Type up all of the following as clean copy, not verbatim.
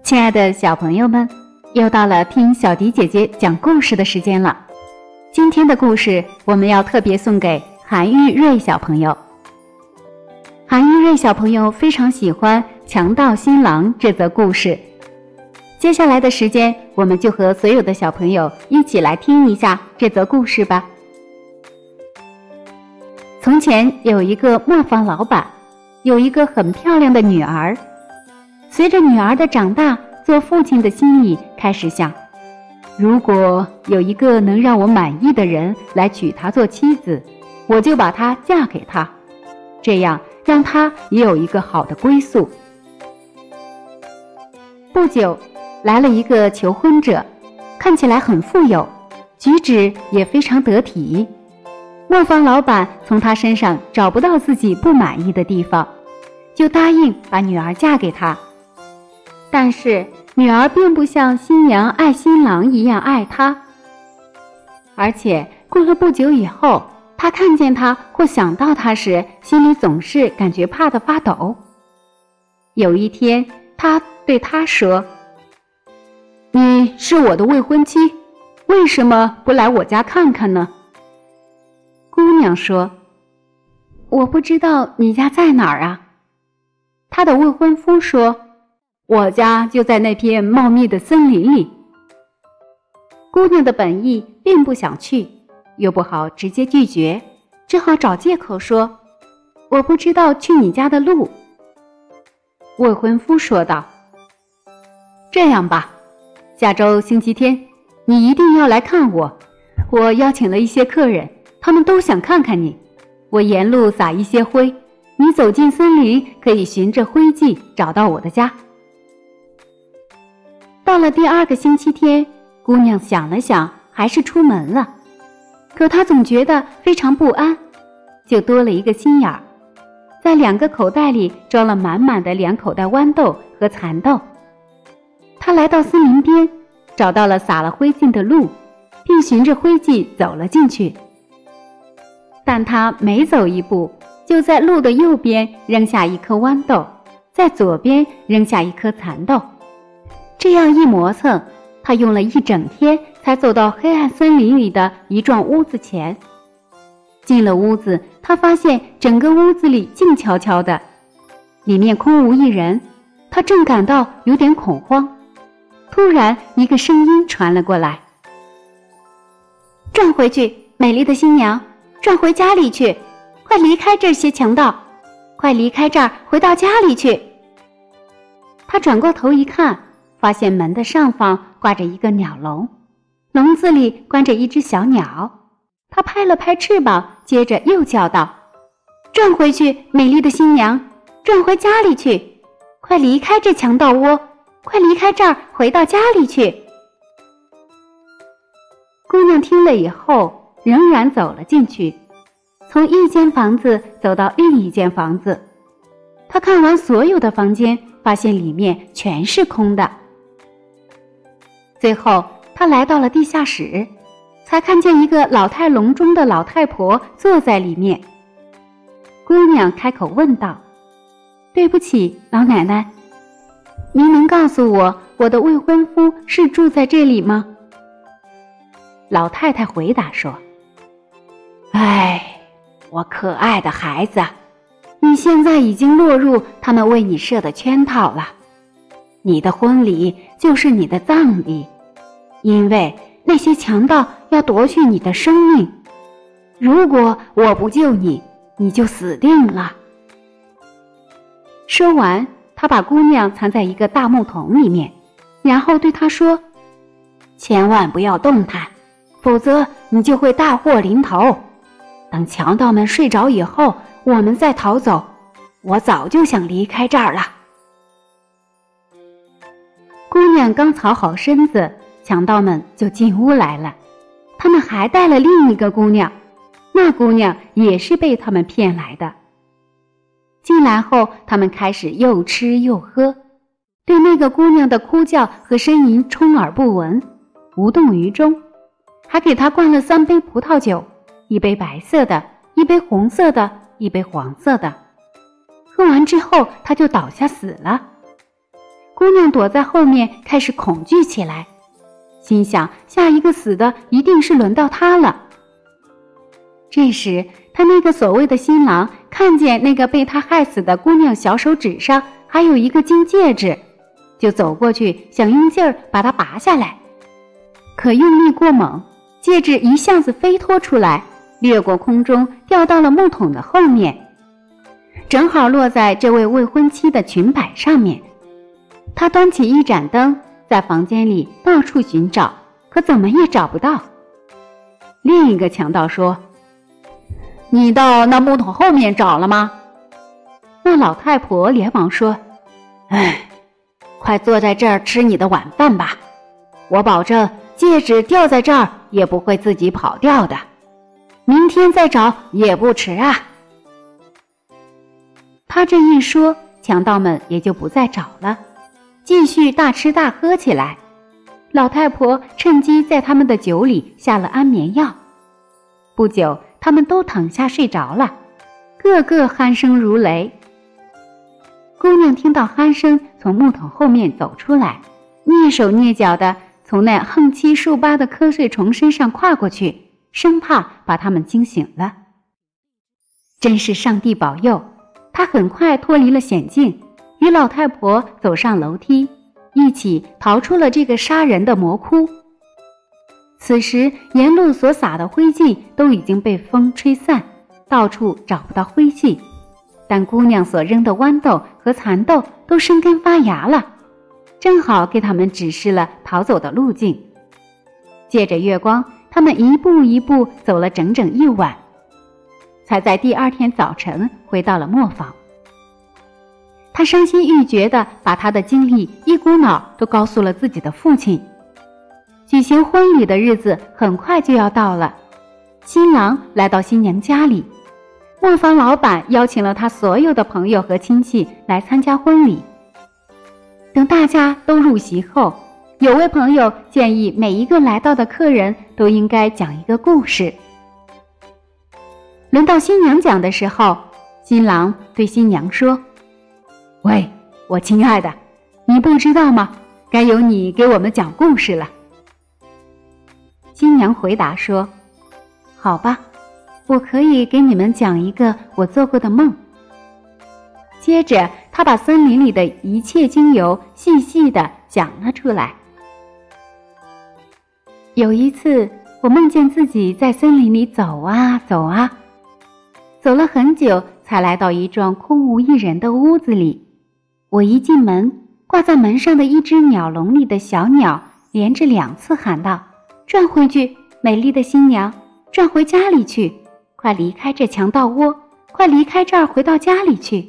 亲爱的小朋友们，又到了听小迪姐姐讲故事的时间了。今天的故事我们要特别送给韩玉瑞小朋友。韩玉瑞小朋友非常喜欢《强盗新郎》这则故事。接下来的时间，我们就和所有的小朋友一起来听一下这则故事吧。从前有一个磨坊老板，有一个很漂亮的女儿。随着女儿的长大，做父亲的心里开始想，如果有一个能让我满意的人来娶她做妻子，我就把她嫁给他，这样让她也有一个好的归宿。不久，来了一个求婚者，看起来很富有，举止也非常得体。磨坊老板从他身上找不到自己不满意的地方，就答应把女儿嫁给他。但是女儿并不像新娘爱新郎一样爱他，而且过了不久以后，他看见他或想到他时，心里总是感觉怕得发抖。有一天，他对他说：“你是我的未婚妻，为什么不来我家看看呢？”姑娘说：“我不知道你家在哪儿啊。”他的未婚夫说：“我家就在那片茂密的森林里。”姑娘的本意并不想去，又不好直接拒绝，只好找借口说：“我不知道去你家的路。”未婚夫说道：“这样吧，下周星期天，你一定要来看我。我邀请了一些客人，他们都想看看你。我沿路撒一些灰，你走进森林，可以循着灰迹找到我的家。”到了第二个星期天，姑娘想了想，还是出门了。可她总觉得非常不安，就多了一个心眼儿，在2个口袋里装了满满的2口袋豌豆和蚕豆。她来到森林边，找到了撒了灰烬的路，并循着灰迹走了进去。但她每走一步，就在路的右边扔下一颗豌豆，在左边扔下一颗蚕豆。这样一磨蹭，他用了一整天才走到黑暗森林里的一幢屋子前。进了屋子，他发现整个屋子里静悄悄的，里面空无一人。他正感到有点恐慌，突然一个声音传了过来：“转回去，美丽的新娘，转回家里去，快离开这些强盗，快离开这儿，回到家里去。”他转过头一看，发现门的上方挂着一个鸟笼，笼子里关着一只小鸟。他拍了拍翅膀，接着又叫道：“转回去，美丽的新娘，转回家里去，快离开这强盗窝，快离开这儿，回到家里去。”姑娘听了以后，仍然走了进去，从一间房子走到另一间房子。她看完所有的房间，发现里面全是空的。最后，他来到了地下室，才看见一个老态龙钟的老太婆坐在里面。姑娘开口问道：“对不起，老奶奶，您能告诉我，我的未婚夫是住在这里吗？”老太太回答说：“哎，我可爱的孩子，你现在已经落入他们为你设的圈套了。你的婚礼就是你的葬礼，因为那些强盗要夺去你的生命。如果我不救你，你就死定了。”说完，他把姑娘藏在一个大木桶里面，然后对她说：“千万不要动弹，否则你就会大祸临头。等强盗们睡着以后，我们再逃走。我早就想离开这儿了。”姑娘刚藏好身子，强盗们就进屋来了。他们还带了另一个姑娘，那姑娘也是被他们骗来的。进来后，他们开始又吃又喝，对那个姑娘的哭叫和呻吟充耳不闻，无动于衷，还给她灌了3杯葡萄酒，1杯白色的，一杯红色的，一杯黄色的。喝完之后，他就倒下死了。 姑娘躲在后面开始恐惧起来，心想下一个死的一定是轮到她了。这时她那个所谓的新郎看见那个被她害死的姑娘小手指上还有一个金戒指，就走过去想用劲儿把它拔下来，可用力过猛，戒指一下子飞脱出来，掠过空中掉到了木桶的后面，正好落在这位未婚妻的裙摆上面。他端起一盏灯，在房间里到处寻找，可怎么也找不到。另一个强盗说：“你到那木桶后面找了吗？”那老太婆连忙说：“哎，快坐在这儿吃你的晚饭吧，我保证戒指掉在这儿也不会自己跑掉的，明天再找也不迟啊。”他这一说，强盗们也就不再找了，继续大吃大喝起来。老太婆趁机在他们的酒里下了安眠药，不久他们都躺下睡着了，个个鼾声如雷。姑娘听到鼾声从木桶后面走出来，蹑手蹑脚地从那横七竖八的瞌睡虫身上跨过去，生怕把他们惊醒了。真是上帝保佑，她很快脱离了险境，与老太婆走上楼梯，一起逃出了这个杀人的魔窟。此时沿路所撒的灰烬都已经被风吹散，到处找不到灰烬，但姑娘所扔的豌豆和蚕豆都生根发芽了，正好给他们指示了逃走的路径。借着月光，他们一步一步走了整整一晚，才在第二天早晨回到了磨坊。他伤心欲绝地把他的经历一股脑都告诉了自己的父亲。举行婚礼的日子很快就要到了，新郎来到新娘家里，磨坊老板邀请了他所有的朋友和亲戚来参加婚礼。等大家都入席后，有位朋友建议每一个来到的客人都应该讲一个故事。轮到新娘讲的时候，新郎对新娘说：“喂，我亲爱的，你不知道吗？该由你给我们讲故事了。”新娘回答说：“好吧，我可以给你们讲一个我做过的梦。”接着她把森林里的一切经由细细地讲了出来。有一次，我梦见自己在森林里走啊走啊，走了很久才来到一幢空无一人的屋子里。我一进门，挂在门上的一只鸟笼里的小鸟连着2次喊道：“转回去，美丽的新娘，转回家里去，快离开这强盗窝，快离开这儿，回到家里去。”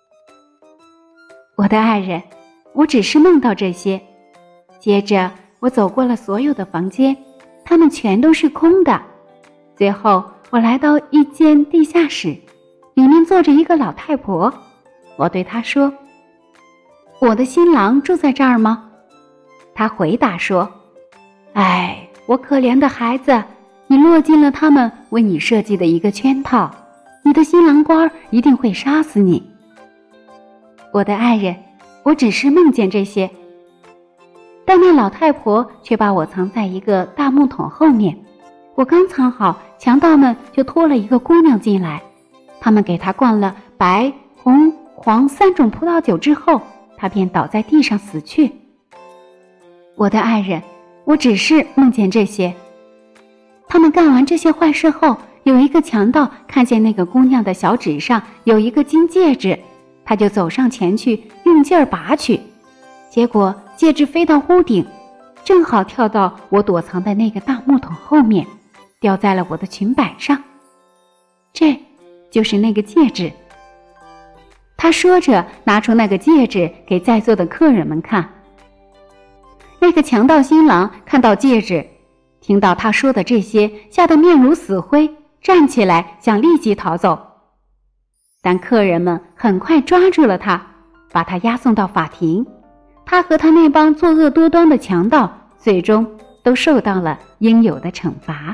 我的爱人，我只是梦到这些。接着我走过了所有的房间，它们全都是空的。最后我来到一间地下室，里面坐着一个老太婆。我对她说：“我的新郎住在这儿吗？”她回答说：“哎，我可怜的孩子，你落进了他们为你设计的一个圈套，你的新郎官一定会杀死你。”我的爱人，我只是梦见这些。但那老太婆却把我藏在一个大木桶后面，我刚藏好，强盗们就拖了一个姑娘进来，他们给她灌了白、红、黄3种葡萄酒之后，她便倒在地上死去。我的爱人，我只是梦见这些。他们干完这些坏事后，有一个强盗看见那个姑娘的小指上有一个金戒指，他就走上前去用劲儿拔取，结果戒指飞到屋顶，正好跳到我躲藏的那个大木桶后面，掉在了我的裙摆上。这就是那个戒指。他说着拿出那个戒指给在座的客人们看。那个强盗新郎看到戒指，听到他说的这些，吓得面如死灰，站起来想立即逃走。但客人们很快抓住了他，把他押送到法庭。他和他那帮作恶多端的强盗最终都受到了应有的惩罚。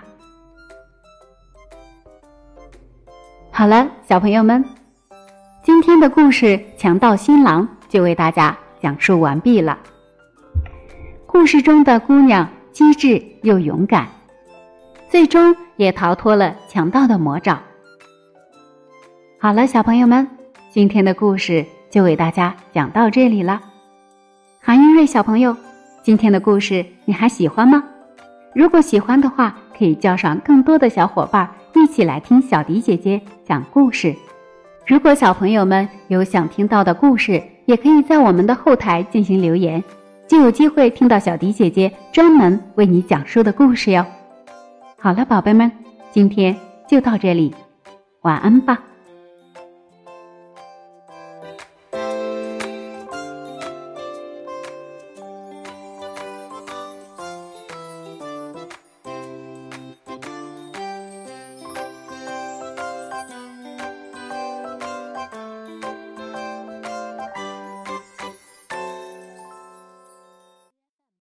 好了，小朋友们，今天的故事《强盗新郎》就为大家讲述完毕了。故事中的姑娘机智又勇敢，最终也逃脱了强盗的魔爪。好了，小朋友们，今天的故事就为大家讲到这里了。韩云睿小朋友，今天的故事你还喜欢吗？如果喜欢的话，可以叫上更多的小伙伴一起来听小迪姐姐讲故事。如果小朋友们有想听到的故事，也可以在我们的后台进行留言，就有机会听到小迪姐姐专门为你讲述的故事哟。好了，宝贝们，今天就到这里，晚安吧。